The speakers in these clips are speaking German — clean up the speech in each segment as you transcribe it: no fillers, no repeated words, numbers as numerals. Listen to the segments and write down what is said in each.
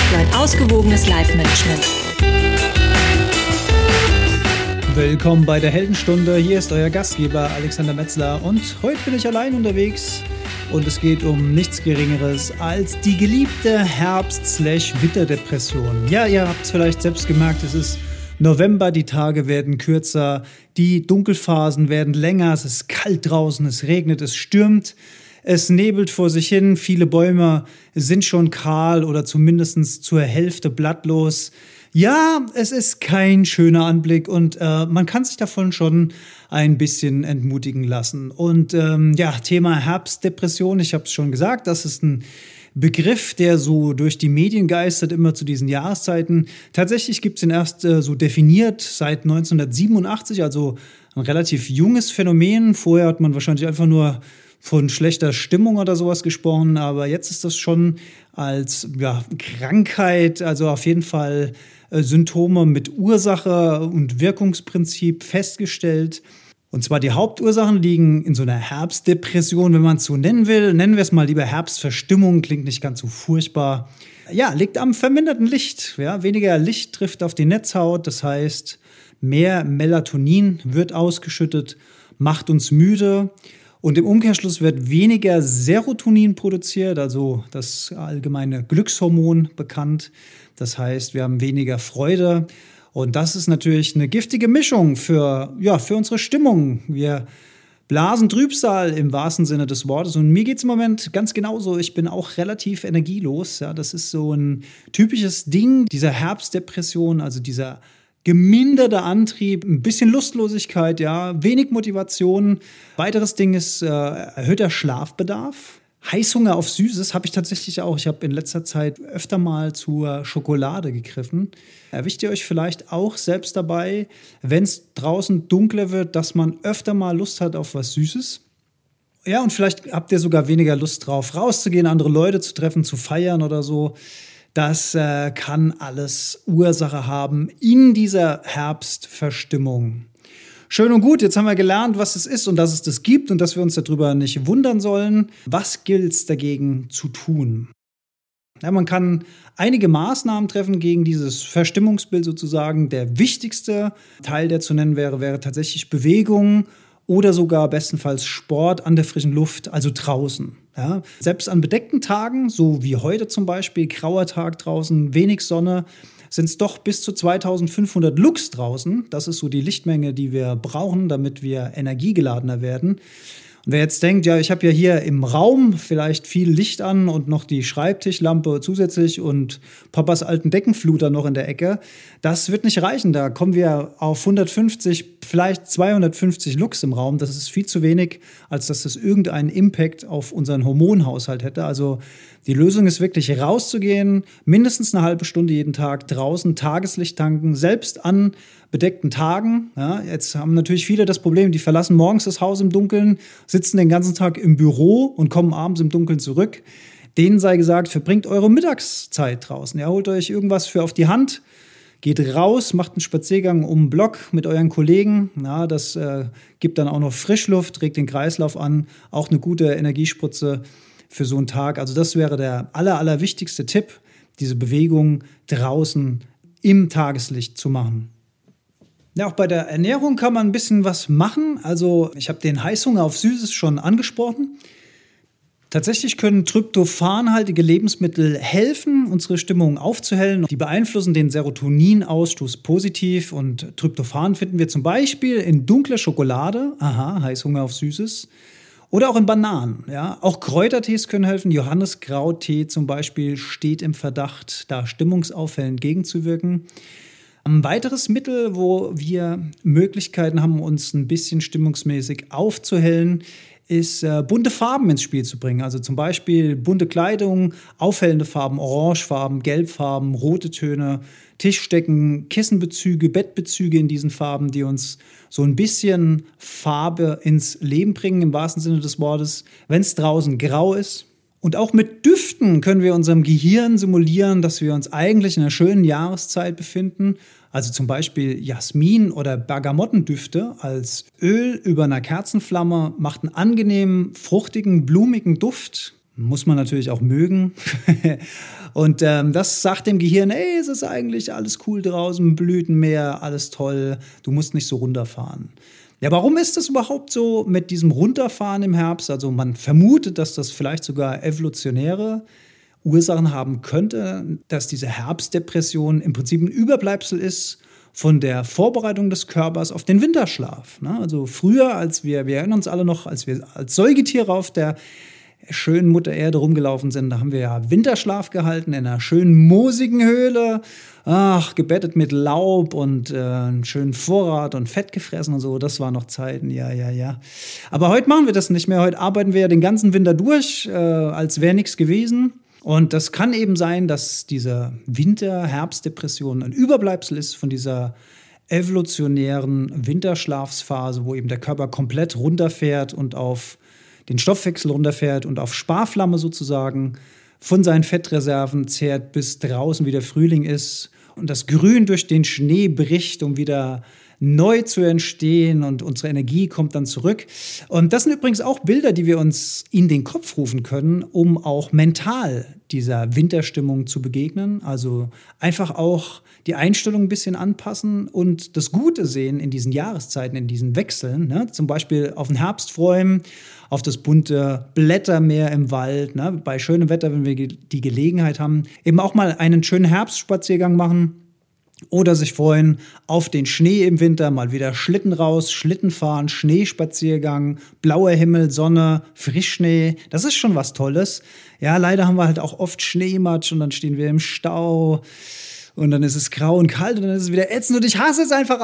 für ein ausgewogenes Life-Management. Willkommen bei der Heldenstunde. Hier ist euer Gastgeber Alexander Metzler und heute bin ich allein unterwegs und es geht um nichts Geringeres als die geliebte Herbst-/Winterdepression. Ja, ihr habt es vielleicht selbst gemerkt, es ist November, die Tage werden kürzer, die Dunkelphasen werden länger, es ist kalt draußen, es regnet, es stürmt. Es nebelt vor sich hin, viele Bäume sind schon kahl oder zumindest zur Hälfte blattlos. Ja, es ist kein schöner Anblick und man kann sich davon schon ein bisschen entmutigen lassen. Und Thema Herbstdepression, ich habe es schon gesagt, das ist ein Begriff, der so durch die Medien geistert, immer zu diesen Jahreszeiten. Tatsächlich gibt es ihn erst so definiert seit 1987, also ein relativ junges Phänomen. Vorher hat man wahrscheinlich einfach nur von schlechter Stimmung oder sowas gesprochen, aber jetzt ist das schon als Krankheit, also auf jeden Fall Symptome mit Ursache und Wirkungsprinzip festgestellt. Und zwar die Hauptursachen liegen in so einer Herbstdepression, wenn man es so nennen will. Nennen wir es mal lieber Herbstverstimmung, klingt nicht ganz so furchtbar. Ja, liegt am verminderten Licht. Ja, weniger Licht trifft auf die Netzhaut, das heißt, mehr Melatonin wird ausgeschüttet, macht uns müde. Und im Umkehrschluss wird weniger Serotonin produziert, also das allgemeine Glückshormon bekannt. Das heißt, wir haben weniger Freude. Und das ist natürlich eine giftige Mischung für unsere Stimmung. Wir blasen Trübsal im wahrsten Sinne des Wortes. Und mir geht es im Moment ganz genauso. Ich bin auch relativ energielos. Ja, das ist so ein typisches Ding dieser Herbstdepression, also dieser geminderter Antrieb, ein bisschen Lustlosigkeit, ja, wenig Motivation. Weiteres Ding ist erhöhter Schlafbedarf. Heißhunger auf Süßes habe ich tatsächlich auch. Ich habe in letzter Zeit öfter mal zur Schokolade gegriffen. Erwischt ihr euch vielleicht auch selbst dabei, wenn es draußen dunkler wird, dass man öfter mal Lust hat auf was Süßes? Ja, und vielleicht habt ihr sogar weniger Lust drauf, rauszugehen, andere Leute zu treffen, zu feiern oder so. Das kann alles Ursache haben in dieser Herbstverstimmung. Schön und gut, jetzt haben wir gelernt, was es ist und dass es das gibt und dass wir uns darüber nicht wundern sollen. Was gilt es dagegen zu tun? Ja, man kann einige Maßnahmen treffen gegen dieses Verstimmungsbild sozusagen. Der wichtigste Teil, der zu nennen wäre tatsächlich Bewegung oder sogar bestenfalls Sport an der frischen Luft, also draußen. Ja, selbst an bedeckten Tagen, so wie heute zum Beispiel, grauer Tag draußen, wenig Sonne, sind es doch bis zu 2500 Lux draußen. Das ist so die Lichtmenge, die wir brauchen, damit wir energiegeladener werden. Und wer jetzt denkt, ja, ich habe ja hier im Raum vielleicht viel Licht an und noch die Schreibtischlampe zusätzlich und Papas alten Deckenfluter noch in der Ecke, das wird nicht reichen. Da kommen wir auf 150, vielleicht 250 Lux im Raum. Das ist viel zu wenig, als dass das irgendeinen Impact auf unseren Hormonhaushalt hätte. Also die Lösung ist wirklich rauszugehen, mindestens eine halbe Stunde jeden Tag draußen, Tageslicht tanken, selbst an bedeckten Tagen. Ja, jetzt haben natürlich viele das Problem, die verlassen morgens das Haus im Dunkeln, sitzen den ganzen Tag im Büro und kommen abends im Dunkeln zurück. Denen sei gesagt, verbringt eure Mittagszeit draußen. Ja, holt euch irgendwas für auf die Hand, geht raus, macht einen Spaziergang um den Block mit euren Kollegen. Ja, das gibt dann auch noch Frischluft, regt den Kreislauf an, auch eine gute Energiespritze für so einen Tag. Also das wäre der allerwichtigste Tipp, diese Bewegung draußen im Tageslicht zu machen. Ja, auch bei der Ernährung kann man ein bisschen was machen. Also ich habe den Heißhunger auf Süßes schon angesprochen. Tatsächlich können tryptophanhaltige Lebensmittel helfen, unsere Stimmung aufzuhellen. Die beeinflussen den Serotoninausstoß positiv und Tryptophan finden wir zum Beispiel in dunkler Schokolade, Heißhunger auf Süßes, oder auch in Bananen. Ja. Auch Kräutertees können helfen. Johanniskrauttee zum Beispiel steht im Verdacht, da stimmungsauffällend gegenzuwirken. Ein weiteres Mittel, wo wir Möglichkeiten haben, uns ein bisschen stimmungsmäßig aufzuhellen, ist bunte Farben ins Spiel zu bringen. Also zum Beispiel bunte Kleidung, auffällende Farben, Orangefarben, Gelbfarben, rote Töne, Tischdecken, Kissenbezüge, Bettbezüge in diesen Farben, die uns so ein bisschen Farbe ins Leben bringen, im wahrsten Sinne des Wortes, wenn es draußen grau ist. Und auch mit Düften können wir unserem Gehirn simulieren, dass wir uns eigentlich in einer schönen Jahreszeit befinden. Also zum Beispiel Jasmin- oder Bergamottendüfte als Öl über einer Kerzenflamme macht einen angenehmen, fruchtigen, blumigen Duft. Muss man natürlich auch mögen. Und das sagt dem Gehirn, ey, es ist eigentlich alles cool draußen, Blütenmeer, alles toll, du musst nicht so runterfahren. Ja, warum ist das überhaupt so mit diesem Runterfahren im Herbst? Also man vermutet, dass das vielleicht sogar evolutionäre Ursachen haben könnte, dass diese Herbstdepression im Prinzip ein Überbleibsel ist von der Vorbereitung des Körpers auf den Winterschlaf. Also früher, wir erinnern uns alle noch, als wir als Säugetiere auf der schönen Mutter Erde rumgelaufen sind, da haben wir ja Winterschlaf gehalten in einer schönen moosigen Höhle, gebettet mit Laub und einen schönen Vorrat und Fett gefressen und so, das waren noch Zeiten, ja. Aber heute machen wir das nicht mehr, heute arbeiten wir ja den ganzen Winter durch, als wäre nichts gewesen. Und das kann eben sein, dass diese Winter-Herbstdepression ein Überbleibsel ist von dieser evolutionären Winterschlafsphase, wo eben der Körper komplett runterfährt und auf den Stoffwechsel runterfährt und auf Sparflamme sozusagen von seinen Fettreserven zehrt, bis draußen wieder Frühling ist und das Grün durch den Schnee bricht, um wieder neu zu entstehen und unsere Energie kommt dann zurück. Und das sind übrigens auch Bilder, die wir uns in den Kopf rufen können, um auch mental dieser Winterstimmung zu begegnen. Also einfach auch die Einstellung ein bisschen anpassen und das Gute sehen in diesen Jahreszeiten, in diesen Wechseln. Ne? Zum Beispiel auf den Herbst freuen, auf das bunte Blättermeer im Wald. Ne? Bei schönem Wetter, wenn wir die Gelegenheit haben, eben auch mal einen schönen Herbstspaziergang machen. Oder sich freuen auf den Schnee im Winter, mal wieder Schlitten raus, Schlitten fahren, Schneespaziergang, blauer Himmel, Sonne, Frischschnee. Das ist schon was Tolles. Ja, leider haben wir halt auch oft Schneematsch und dann stehen wir im Stau und dann ist es grau und kalt und dann ist es wieder ätzend und ich hasse es einfach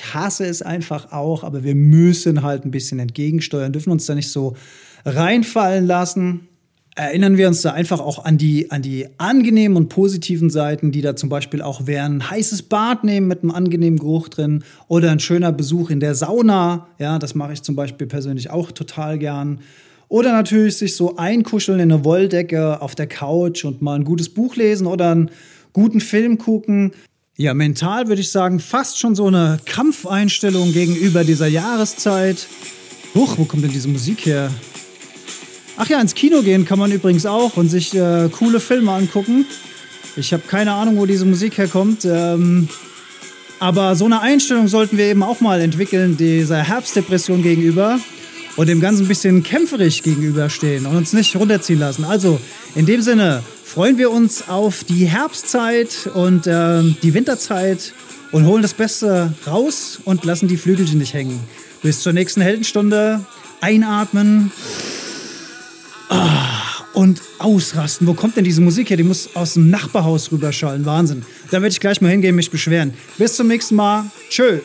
auch. Aber wir müssen halt ein bisschen entgegensteuern, dürfen uns da nicht so reinfallen lassen. Erinnern wir uns da einfach auch an die angenehmen und positiven Seiten, die da zum Beispiel auch wären. Ein heißes Bad nehmen mit einem angenehmen Geruch drin oder ein schöner Besuch in der Sauna. Ja, das mache ich zum Beispiel persönlich auch total gern. Oder natürlich sich so einkuscheln in eine Wolldecke auf der Couch und mal ein gutes Buch lesen oder einen guten Film gucken. Ja, mental würde ich sagen, fast schon so eine Kampfeinstellung gegenüber dieser Jahreszeit. Huch, wo kommt denn diese Musik her? Ach ja, ins Kino gehen kann man übrigens auch und sich coole Filme angucken. Ich habe keine Ahnung, wo diese Musik herkommt. Aber so eine Einstellung sollten wir eben auch mal entwickeln, dieser Herbstdepression gegenüber und dem Ganzen ein bisschen kämpferisch gegenüberstehen und uns nicht runterziehen lassen. Also in dem Sinne freuen wir uns auf die Herbstzeit und die Winterzeit und holen das Beste raus und lassen die Flügelchen nicht hängen. Bis zur nächsten Heldenstunde. Einatmen. Und ausrasten. Wo kommt denn diese Musik her? Die muss aus dem Nachbarhaus rüberschallen. Wahnsinn. Da werde ich gleich mal hingehen, mich beschweren. Bis zum nächsten Mal. Tschö.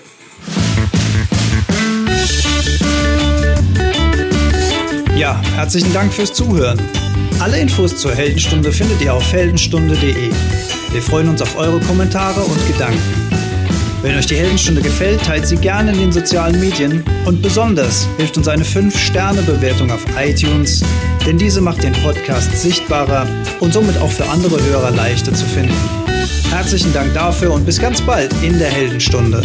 Ja, herzlichen Dank fürs Zuhören. Alle Infos zur Heldenstunde findet ihr auf heldenstunde.de. Wir freuen uns auf eure Kommentare und Gedanken. Wenn euch die Heldenstunde gefällt, teilt sie gerne in den sozialen Medien und besonders hilft uns eine 5-Sterne-Bewertung auf iTunes, denn diese macht den Podcast sichtbarer und somit auch für andere Hörer leichter zu finden. Herzlichen Dank dafür und bis ganz bald in der Heldenstunde.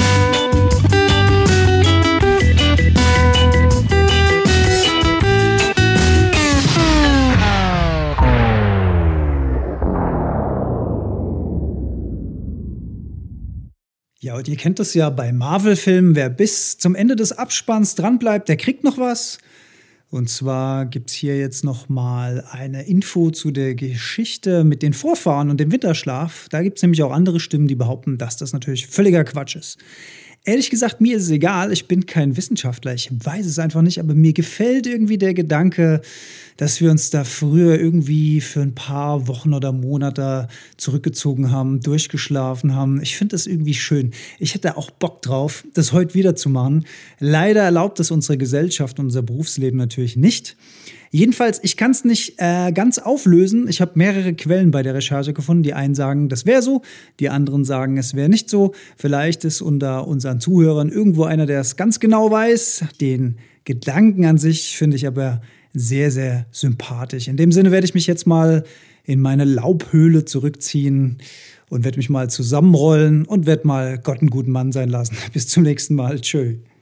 Ja, und ihr kennt das ja bei Marvel-Filmen, wer bis zum Ende des Abspanns dranbleibt, der kriegt noch was. Und zwar gibt es hier jetzt noch mal eine Info zu der Geschichte mit den Vorfahren und dem Winterschlaf. Da gibt es nämlich auch andere Stimmen, die behaupten, dass das natürlich völliger Quatsch ist. Ehrlich gesagt, mir ist es egal, ich bin kein Wissenschaftler, ich weiß es einfach nicht, aber mir gefällt irgendwie der Gedanke, dass wir uns da früher irgendwie für ein paar Wochen oder Monate zurückgezogen haben, durchgeschlafen haben. Ich finde das irgendwie schön. Ich hätte auch Bock drauf, das heute wieder zu machen. Leider erlaubt es unsere Gesellschaft und unser Berufsleben natürlich nicht. Jedenfalls, ich kann es nicht ganz auflösen. Ich habe mehrere Quellen bei der Recherche gefunden. Die einen sagen, das wäre so, die anderen sagen, es wäre nicht so. Vielleicht ist unter unseren Zuhörern irgendwo einer, der es ganz genau weiß. Den Gedanken an sich finde ich aber sehr, sehr sympathisch. In dem Sinne werde ich mich jetzt mal in meine Laubhöhle zurückziehen und werde mich mal zusammenrollen und werde mal Gott einen guten Mann sein lassen. Bis zum nächsten Mal. Tschö.